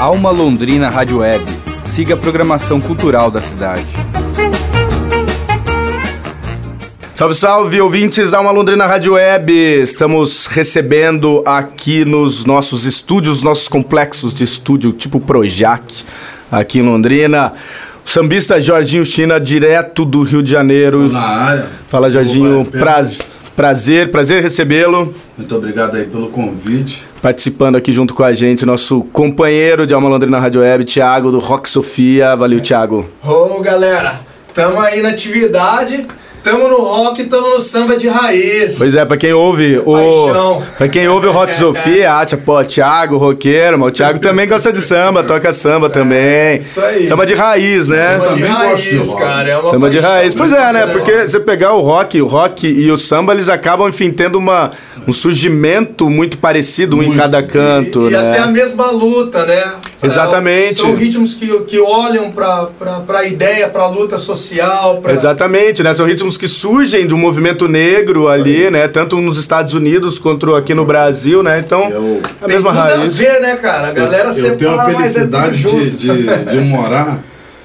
Alma Londrina Rádio Web. Siga a programação cultural da cidade. Salve, salve, ouvintes da Alma Londrina Rádio Web. Estamos recebendo aqui nos nossos estúdios, nossos complexos de estúdio, tipo Projac, aqui em Londrina, o sambista Jorginho China, direto do Rio de Janeiro. Na área. Fala, Jorginho. Prazer recebê-lo. Muito obrigado aí pelo convite. Participando aqui junto com a gente, nosso companheiro de Alma Londrina Rádio Web, Thiago, do Rock Sofia. Valeu, Thiago. Ô, galera, tamo aí na atividade, tamo no rock, tamo no samba de raiz. Pois é, pra quem ouve o Rock Sofia, acha, pô, Thiago, roqueiro, mas o Thiago também gosta de samba, toca samba também. Isso aí. Samba de raiz, né? Samba de raiz, cara, é uma samba de paixão, raiz. Pois é, né? Porque você pegar o rock e o samba, eles acabam, enfim, tendo um surgimento muito parecido, um em cada canto, e né? até a mesma luta, né? Exatamente. São ritmos que olham pra ideia, pra luta social. Exatamente, né? São ritmos que surgem do movimento negro ali, né? Tanto nos Estados Unidos quanto aqui no Brasil, né? Então, a mesma raiz. Tem tudo a ver, né, cara? A galera eu tenho a felicidade de morar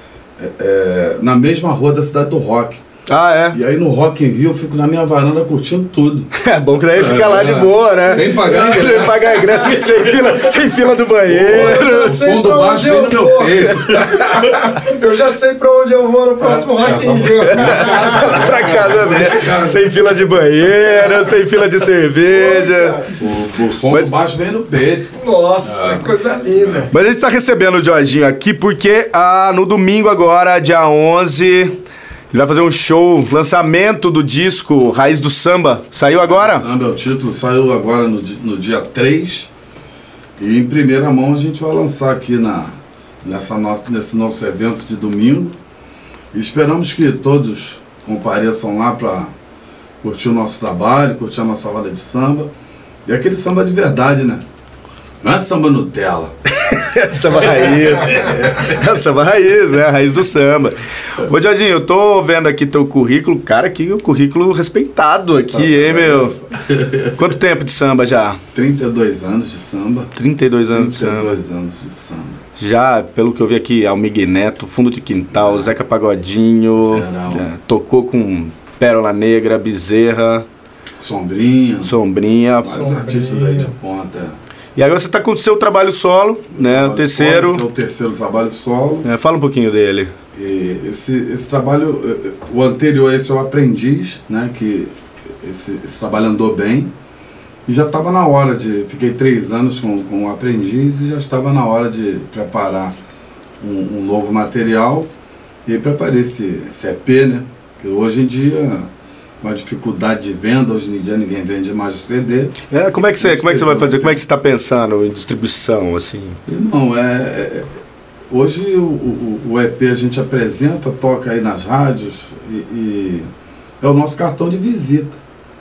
na mesma rua da Cidade do Rock. Ah, é? E aí no Rock in Rio eu fico na minha varanda curtindo tudo. É bom que daí fica lá de boa, né? Sem pagar ingresso. Sem pagar ingresso, sem fila do banheiro. O fundo baixo vem no meu peito. Eu já sei pra onde eu vou no próximo Rock in Rio. Pra casa dele. Sem fila de banheiro, sem fila de cerveja. O som do baixo vem no peito. Nossa, coisa linda. Mas a gente tá recebendo o Jorginho aqui porque no domingo agora, dia 11... Ele vai fazer um show, lançamento do disco Raiz do Samba. Saiu agora? Samba é o título, saiu agora no dia 3. E em primeira mão a gente vai lançar aqui nesse nosso evento de domingo. E esperamos que todos compareçam lá para curtir o nosso trabalho, curtir a nossa roda de samba. E aquele samba de verdade, né? Não é samba Nutella. Samba raiz. É samba raiz, né? A raiz do samba. Ô, Jorginho, eu tô vendo aqui teu currículo. Cara, que currículo respeitado aqui, hein, meu? Quanto tempo de samba já? 32 anos de samba. 32 anos de samba. 32 anos de samba. Já, pelo que eu vi aqui, Almig Neto, Fundo de Quintal, Zeca Pagodinho. Tocou com Pérola Negra, Bezerra. Sombrinha. Vários artistas aí de ponta. E agora você está com o seu trabalho solo, né? O terceiro. Esse é o terceiro trabalho solo. Fala um pouquinho dele. E esse trabalho, o anterior a esse é o Aprendiz, né? Que esse trabalho andou bem. E já estava na hora fiquei 3 anos com o Aprendiz e já estava na hora de preparar um novo material. E aí preparei esse EP, né? Que hoje em dia... uma dificuldade de venda, hoje em dia ninguém vende mais CD. Como é que você vai fazer? Como é que você está pensando em distribuição, assim? Não, hoje o EP a gente apresenta, toca aí nas rádios e é o nosso cartão de visita.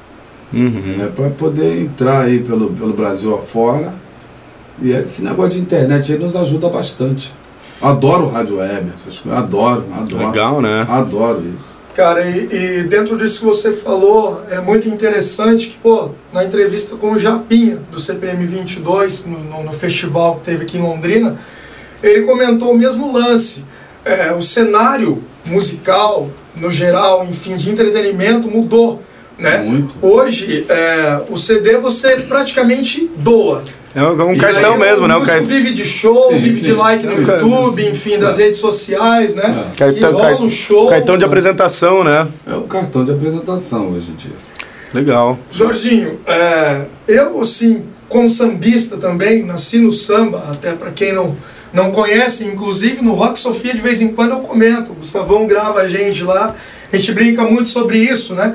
Né, para poder entrar aí pelo Brasil afora. E esse negócio de internet aí nos ajuda bastante. Adoro rádio web, essas coisas, adoro. Legal, né? Adoro isso. Cara, e dentro disso que você falou, é muito interessante que, na entrevista com o Japinha, do CPM 22, no festival que teve aqui em Londrina, ele comentou o mesmo lance. O cenário musical, no geral, enfim, de entretenimento mudou, né? Muito. Hoje, o CD você praticamente doa. É um cartão mesmo, né? O músico vive de show, vive de like no YouTube, enfim, das redes sociais, né? Rola um show. Cartão de apresentação, né? É o cartão de apresentação hoje em dia. Legal. Jorginho, eu, assim, como sambista também, nasci no samba, até para quem não conhece, inclusive no Rock Sofia de vez em quando eu comento, o Gustavão grava a gente lá, a gente brinca muito sobre isso, né?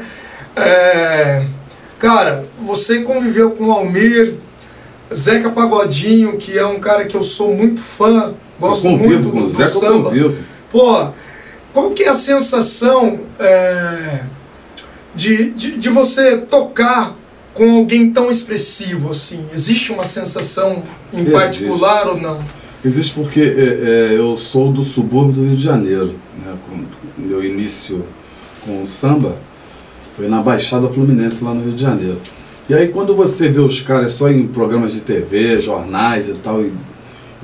Cara, você conviveu com o Almir, Zeca Pagodinho, que é um cara que eu sou muito fã, gosto muito do samba. Qual que é a sensação de você tocar com alguém tão expressivo assim? Existe uma sensação em particular ou não? Existe porque eu sou do subúrbio do Rio de Janeiro, né? Meu início com o samba foi na Baixada Fluminense, lá no Rio de Janeiro. E aí quando você vê os caras só em programas de TV, jornais e tal, e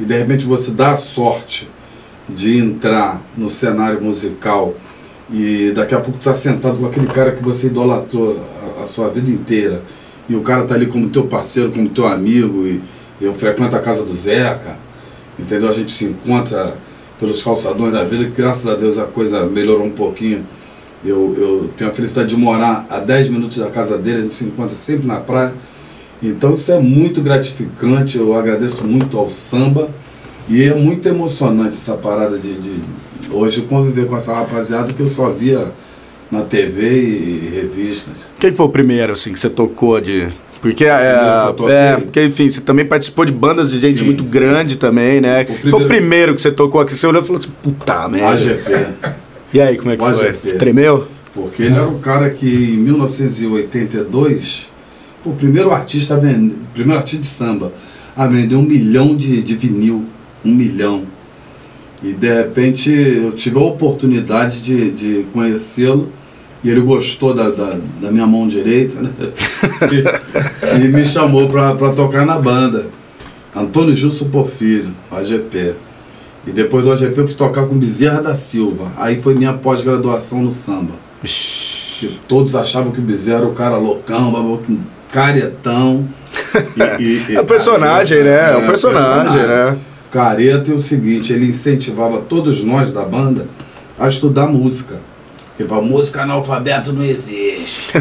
e de repente você dá a sorte de entrar no cenário musical e daqui a pouco tá sentado com aquele cara que você idolatrou a sua vida inteira, e o cara tá ali como teu parceiro, como teu amigo, e eu frequento a casa do Zeca, entendeu? A gente se encontra pelos calçadões da vida, que graças a Deus a coisa melhorou um pouquinho. Eu tenho a felicidade de morar a 10 minutos da casa dele, a gente se encontra sempre na praia. Então isso é muito gratificante, eu agradeço muito ao samba, e é muito emocionante essa parada de hoje conviver com essa rapaziada que eu só via na TV e revistas. Quem foi o primeiro assim que você tocou de... Porque, porque, enfim, você também participou de bandas de gente muito grande também, né? Foi o primeiro que você tocou aqui, você olhou e falou assim, puta merda. AGP. E aí, como é que foi? AGP. Tremeu? Porque ele era o cara que em 1982 foi o primeiro artista de samba a vender 1 milhão de vinil. 1 milhão. E de repente eu tive a oportunidade de conhecê-lo. E ele gostou da minha mão direita, né? E me chamou pra tocar na banda. Antônio Gilson Porfírio, AGP. E depois do AGP eu fui tocar com Bezerra da Silva. Aí foi minha pós-graduação no samba. Que todos achavam que o Bezerra era o cara loucão, caretão. É o personagem, né? É o personagem, né? Careta é o seguinte, ele incentivava todos nós da banda a estudar música. Porque a música analfabeto não existe.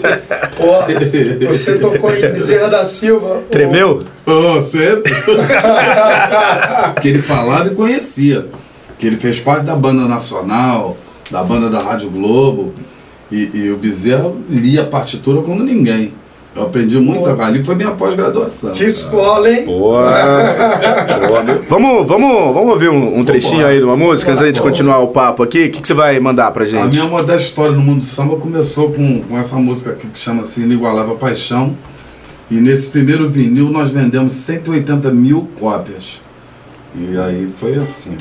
Você tocou em Bezerra da Silva. Tremeu? Sempre. Que ele falava e conhecia. Que ele fez parte da banda nacional, da banda da Rádio Globo. E o Bezerra lia a partitura como ninguém. Eu aprendi muito ali, foi minha pós-graduação. Que escola, hein? Vamos ouvir um trechinho aí de uma música antes da gente continuar o papo aqui? O que você vai mandar pra gente? A minha modesta história no mundo do samba começou com essa música aqui que chama-se Inigualável Paixão. E nesse primeiro vinil nós vendemos 180 mil cópias. E aí foi assim.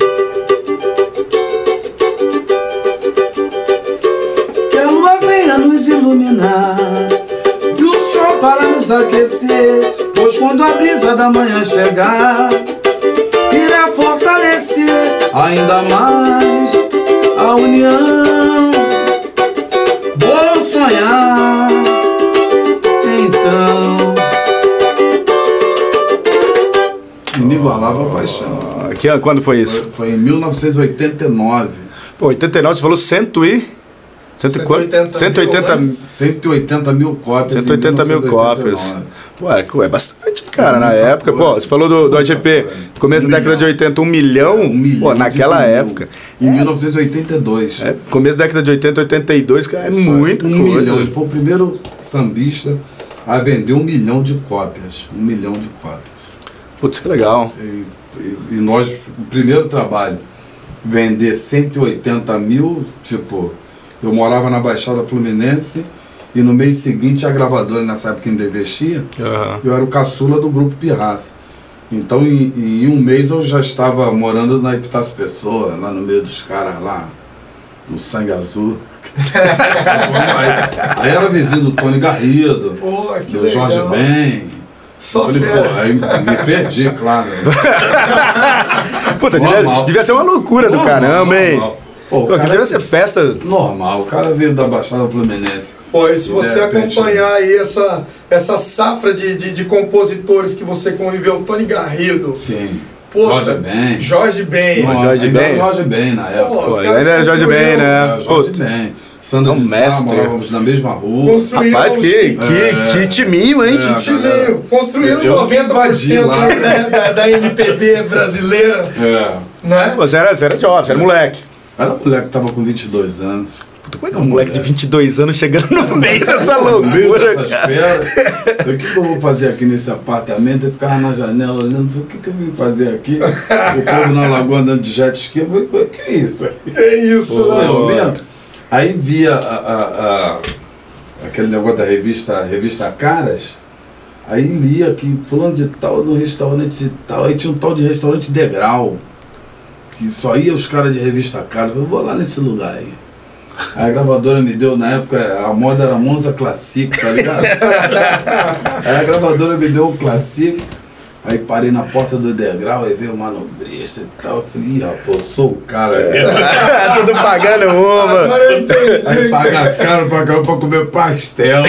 Que a lua venha nos iluminar, para nos aquecer, pois quando a brisa da manhã chegar, irá fortalecer ainda mais a união. Vou sonhar, então. Inigualável Paixão. Quando foi isso? Foi em 1989. Pô, 89 você falou 180 mil cópias. 180 mil cópias. Pô, é bastante, cara, na época. Pô, você falou do AGP, começo da década de 80, 1 milhão. Pô, naquela época. Em 1982. Começo da década de 80, 82, cara, é muita coisa. 1 milhão. Ele foi o primeiro sambista a vender 1 milhão de cópias. 1 milhão de cópias. Putz, que legal. E nós, o primeiro trabalho, vender 180 mil, tipo... Eu morava na Baixada Fluminense e no mês seguinte a gravadora, nessa época ainda investia, eu era o caçula do grupo Pirraça. Então em um mês eu já estava morando na Epitácio Pessoa, lá no meio dos caras lá, no Sangue Azul. aí era vizinho do Tony Garrido, do Jorge Ben. Só falei, aí me perdi, claro. Puta, devia ser uma loucura do caramba, hein? Pô, que devia ser festa. Normal, o cara veio da Baixada Fluminense. Pô, e se você acompanhar aí essa safra de compositores que você conviveu, Tony Garrido. Sim. Pô, Jorge Ben. Jorge Ben na época. Pô, ainda era Jorge Ben, né? Jorge Ben. Sandra de Sá, morávamos na mesma rua. Rapaz, que timinho, hein? Que timinho. Construíram 90% da MPB brasileira. Né? Você era jovem, você era moleque. Era um moleque que tava com 22 anos. Puta, como é que é um moleque de 22 anos chegando no meio dessa loucura, cara? O que eu vou fazer aqui nesse apartamento? Eu ficava na janela olhando, o que eu vim fazer aqui? O povo na lagoa andando de jet ski. Eu falei, o que é isso? É isso, Aí via aquele negócio da revista Caras, aí lia que fulano de tal no restaurante de tal, aí tinha um tal de restaurante Degrau, que só ia os caras de revista Caras. Eu vou lá nesse lugar aí. Aí a gravadora me deu, na época, a moda era Monza Classic, tá ligado? Aí a gravadora me deu o Classic, Aí parei na porta do degrau, aí veio o manobrista e tal. Eu falei, ih, rapaz, sou o cara. Tudo pagando uma. Agora eu entendi. Aí paga caro pra comer pastel.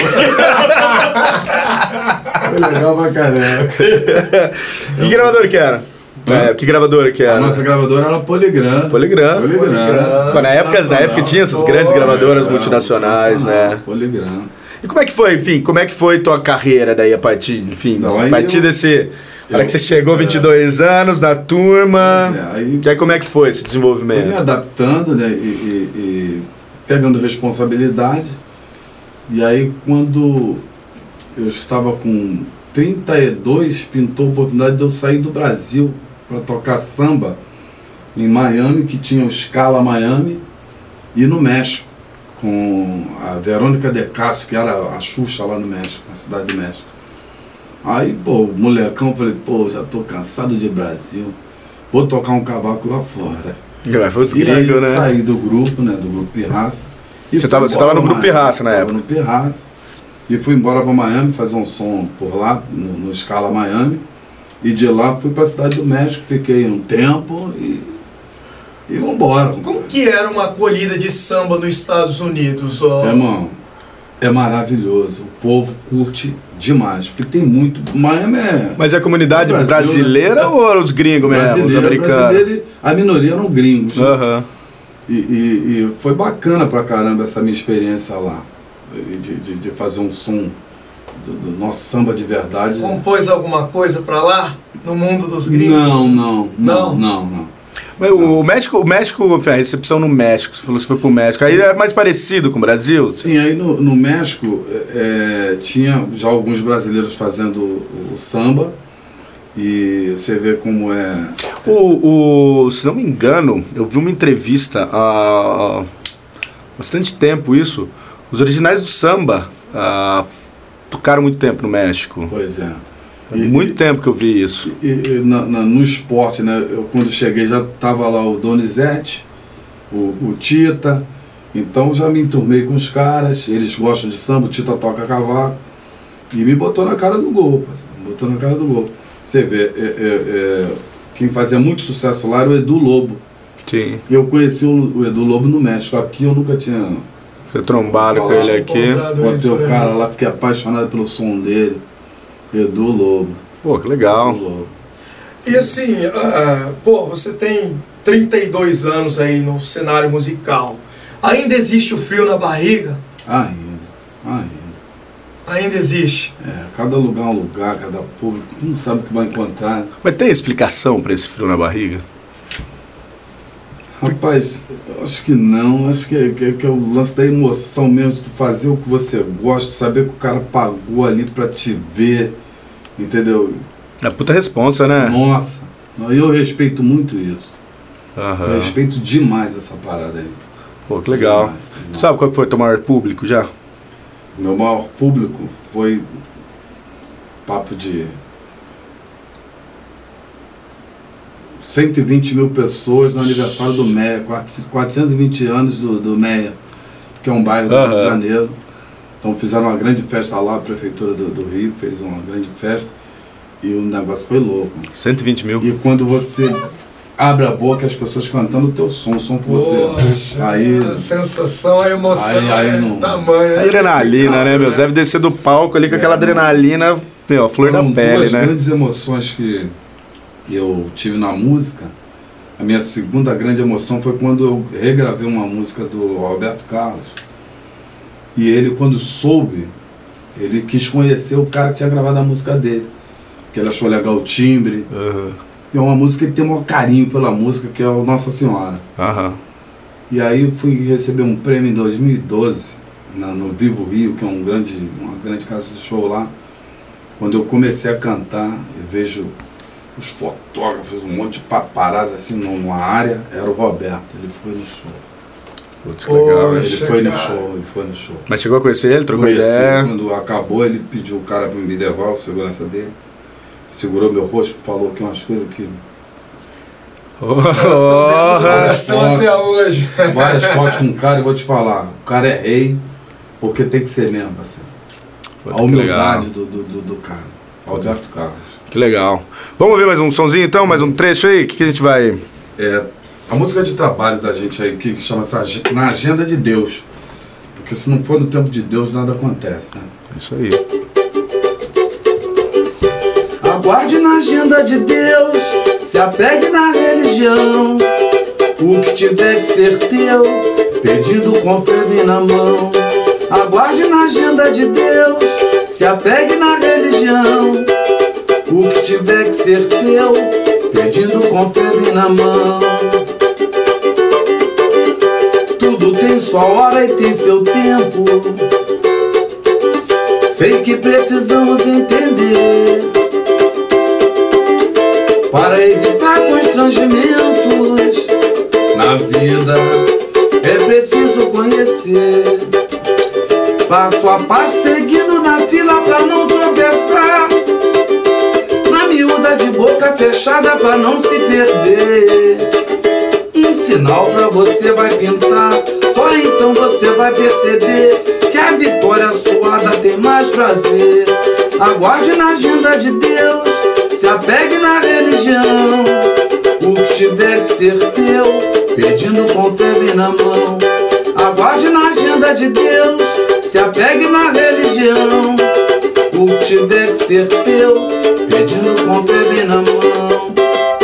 Foi legal pra caramba. Que gravadora que era? Que gravadora que era? A nossa gravadora era Polygram. Polygram. Mas Na época tinha essas grandes gravadoras multinacionais, né? Polygram. E como é que foi, enfim, como é que foi tua carreira daí a partir, enfim, Não, a partir desse... Na hora que você chegou, 22 anos, na turma, e aí como é que foi esse Fui desenvolvimento? me adaptando, né, e pegando responsabilidade. E aí, quando eu estava com 32, pintou a oportunidade de eu sair do Brasil para tocar samba em Miami, que tinha o Scala Miami, e no México, com a Verônica de Castro, que era a Xuxa lá no México, na cidade do México. Aí, pô, molecão, falei, pô, já tô cansado de Brasil, vou tocar um cavaco lá fora. Foi os E aí gringos, né? saí do grupo, né, do grupo Pirraça. E Você fui tava embora no pra grupo Miami. Pirraça na Tava época? no Pirraça. E fui embora para Miami, fazer um som por lá, no Scala Miami. E de lá fui para a cidade do México, fiquei um tempo e vambora. Como que era uma acolhida de samba nos Estados Unidos? Ó? Irmão, é maravilhoso. O povo curte demais, porque tem muito... Miami é... Mas é a comunidade Brasil, brasileira, né? ou os gringos mesmo, os americanos? Brasileiro, a minoria eram gringos. Né? Aham. E foi bacana pra caramba essa minha experiência lá. De fazer um som do nosso samba de verdade. Compôs alguma coisa pra lá? No mundo dos gringos? Não. Mas o México, a recepção no México, você falou que foi pro México, aí é mais parecido com o Brasil? Sim, aí no México tinha já alguns brasileiros fazendo o samba, e você vê como é... Se não me engano, eu vi uma entrevista há bastante tempo isso, os originais do samba tocaram muito tempo no México. Pois é. Muito tempo que eu vi isso. No esporte, né? Eu quando cheguei já tava lá o Donizete, o Tita, então já me enturmei com os caras, eles gostam de samba, o Tita toca cavaco, e me botou na cara do gol, botou na cara do gol. Você vê, quem fazia muito sucesso lá era o Edu Lobo. Sim. E eu conheci o Edu Lobo no México, aqui eu nunca tinha... Você trombado com ele aqui. Botei o cara lá, fiquei apaixonado pelo som dele. Edu Lobo. Pô, que legal. Edu Lobo. E assim, você tem 32 anos aí no cenário musical. Ainda existe o frio na barriga? Ainda existe. Cada lugar é um lugar, cada público, não sabe o que vai encontrar. Mas tem explicação pra esse frio na barriga? Rapaz, eu acho que não, acho que é o lance da emoção mesmo, de tu fazer o que você gosta, saber que o cara pagou ali pra te ver, entendeu? É puta responsa, né? Nossa, eu respeito muito isso. Aham. Eu respeito demais essa parada aí. Pô, que legal. Demais. Sabe qual que foi o teu maior público já? Meu maior público foi papo de 120 mil pessoas no aniversário do Meia, 420 anos do Meia, que é um bairro do Rio de Janeiro. Então fizeram uma grande festa lá, a prefeitura do Rio fez uma grande festa e o negócio foi louco. 120 mil. E quando você abre a boca, as pessoas cantando o teu som por você. Poxa, Aí, a sensação, a emoção aí não- tamanho. Adrenalina, né, meu? Deve descer do palco ali com aquela adrenalina, meu, a flor da foram pele, duas né? grandes emoções que eu tive na música. A minha segunda grande emoção foi quando eu regravei uma música do Roberto Carlos. E ele, quando soube, ele quis conhecer o cara que tinha gravado a música dele. Que ele achou legal o timbre. E é uma música que tem um carinho pela música, que é o Nossa Senhora. E aí eu fui receber um prêmio em 2012, no Vivo Rio, que é uma grande casa de show lá. Quando eu comecei a cantar, eu vejo os fotógrafos, um monte de paparazzi assim numa área, era o Roberto, ele foi no show. Putz, que legal, Ele hein? foi no show. Mas chegou a conhecer ele, trocou Conheci, ideia? quando acabou, ele pediu o cara para me levar, o segurança dele. Segurou meu rosto, falou aqui umas coisas que... Coração até hoje. Várias fotos com o cara, e vou te falar, o cara é rei, porque tem que ser mesmo, parceiro. Pô, A que humildade do cara. Alberto Carlos. Que legal. Vamos ver mais um sonzinho então, mais um trecho aí? O que a gente vai... A música de trabalho da gente aí, que chama-se Na Agenda de Deus. Porque se não for no tempo de Deus, nada acontece, né? Isso aí. Aguarde na agenda de Deus, se apegue na religião. O que tiver que ser teu, pedido com ferve na mão. Aguarde na agenda de Deus, se apegue na religião. O que tiver que ser teu, pedido com ferve na mão. Tudo tem sua hora e tem seu tempo. Sei que precisamos entender. Para evitar constrangimentos na vida, é preciso conhecer. Passo a passo seguindo na fila pra não tropeçar. Na miúda de boca fechada pra não se perder. Um sinal pra você vai pintar, só então você vai perceber que a vitória suada tem mais prazer. Aguarde na agenda de Deus, se apegue na religião. O que tiver que ser teu, pedindo com ferve na mão. Aguarde na agenda de Deus, se apegue na religião. O que tiver que ser teu, pedindo com ferve na mão.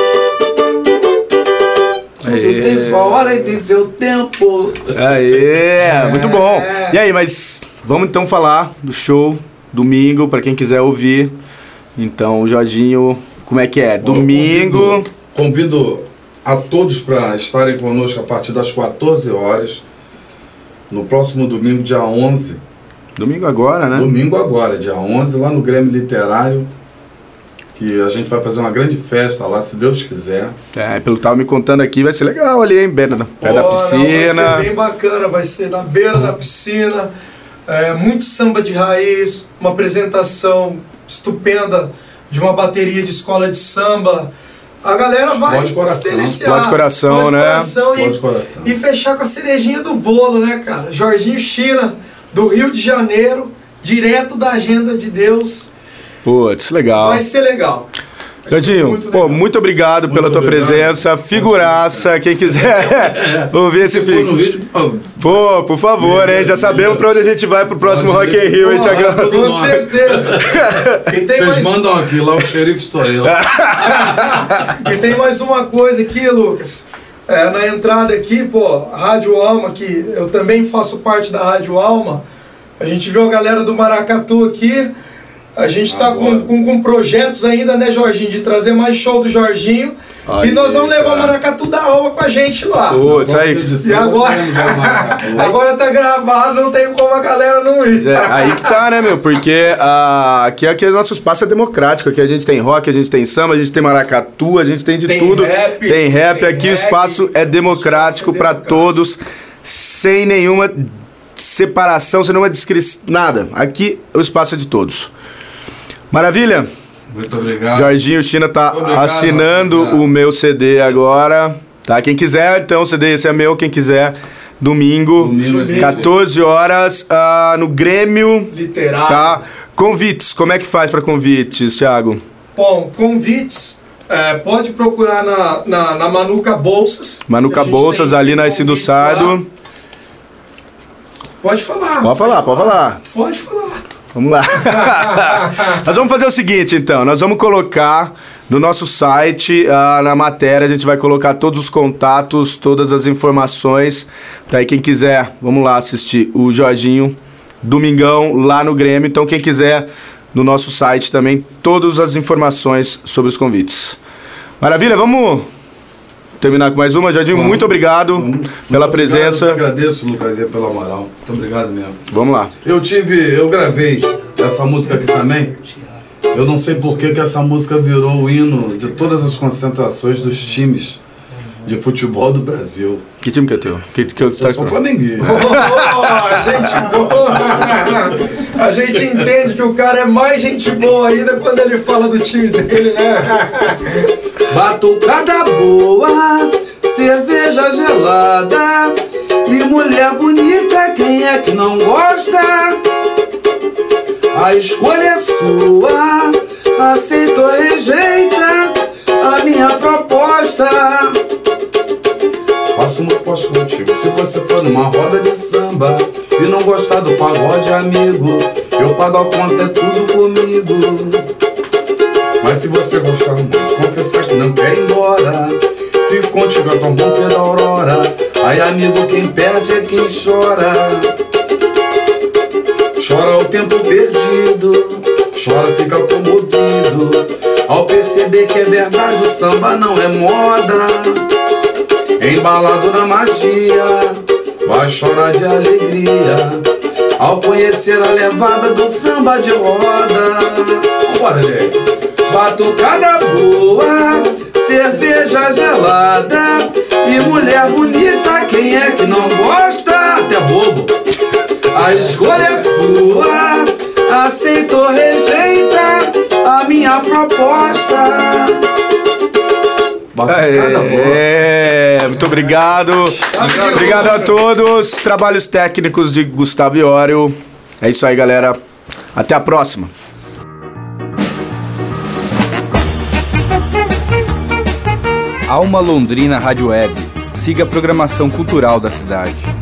Tudo tem sua hora e tem seu tempo. Aê, muito bom. E aí, mas vamos então falar do show domingo, pra quem quiser ouvir. Então, Jorginho, como é que é? Domingo. Convido a todos para estarem conosco a partir das 14 horas. No próximo domingo, dia 11. Domingo agora, né? Domingo agora, dia 11, lá no Grêmio Literário. Que a gente vai fazer uma grande festa lá, se Deus quiser. Pelo que tava me contando aqui, vai ser legal ali, hein? Perto da piscina. Não, vai ser bem bacana, vai ser na beira da piscina. Muito samba de raiz, uma apresentação estupenda de uma bateria de escola de samba. A galera vai se deliciar. Explode coração, né? Explode coração. E fechar com a cerejinha do bolo, né, cara? Jorginho China, do Rio de Janeiro, direto da agenda de Deus. Putz, legal. Vai ser legal. Jorginho, muito obrigado pela tua presença. Figuraça, quem quiser ouvir esse filme. Pô, por favor, hein? Já sabemos pra onde a gente vai pro próximo Rock in Rio, hein, Thiagão? Com certeza. Vocês mandam aqui, lá o xerife sou eu. E tem mais uma coisa aqui, Lucas. Na entrada aqui, pô, Rádio Alma, que eu também faço parte da Rádio Alma. A gente viu a galera do Maracatu aqui. A gente está com projetos ainda, né, Jorginho, de trazer mais show do Jorginho. E nós vamos levar o Maracatu da Alma com a gente lá. Putz, aí. E agora tá gravado, não tem como a galera não ir. Aí que tá, né, meu? Porque aqui o nosso espaço é democrático. Aqui a gente tem rock, a gente tem samba, a gente tem maracatu, a gente tem de tudo. Tem rap. Aqui o espaço é democrático para todos, sem nenhuma separação, sem nenhuma descrição, nada. Aqui o espaço é de todos. Maravilha? Muito obrigado. Jorginho China tá assinando o meu CD agora. Tá? Quem quiser, então, o CD esse é meu. Quem quiser, domingo 14 horas, no Grêmio Literário. Tá? Convites, como é que faz para convites, Thiago? Bom, convites, pode procurar na Manuca Bolsas. Manuca Bolsas, ali na Icindo Sardo. Pode falar. Pode falar. Pode falar. Vamos lá. Nós vamos fazer o seguinte, então. Nós vamos colocar no nosso site, na matéria, a gente vai colocar todos os contatos, todas as informações, para aí quem quiser, vamos lá assistir o Jorginho, domingão, lá no Grêmio. Então, quem quiser, no nosso site também, todas as informações sobre os convites. Maravilha, vamos terminar com mais uma. Jorginho, muito obrigado pela presença. Eu agradeço, Lucas, pela moral. Muito obrigado mesmo. Vamos lá. Eu gravei essa música aqui também. Eu não sei por que essa música virou o hino de todas as concentrações dos times de futebol do Brasil. Que time que é teu? Eu sou flamenguista. Gente boa! A gente entende que o cara é mais gente boa ainda quando ele fala do time dele, né? Batucada boa, cerveja gelada e mulher bonita, quem é que não gosta? A escolha é sua, pagode, amigo, eu pago a conta, é tudo comigo. Mas se você gostar muito, confessar que não quer ir embora, fico contigo, é tão bom que é da aurora. Aí, amigo, quem perde é quem chora. Chora o tempo perdido, chora, fica comovido ao perceber que é verdade, o samba não é moda. Embalado na magia, vai chorar de alegria ao conhecer a levada do samba de roda. Vambora, gente. Batucada boa, cerveja gelada e mulher bonita, quem é que não gosta? Até bobo. A escolha é sua, aceita ou rejeita a minha proposta. Muito obrigado. Obrigado a todos. Trabalhos técnicos de Gustavo Iório. É isso aí, galera. Até a próxima. Alma Londrina Rádio Web. Siga a programação cultural da cidade.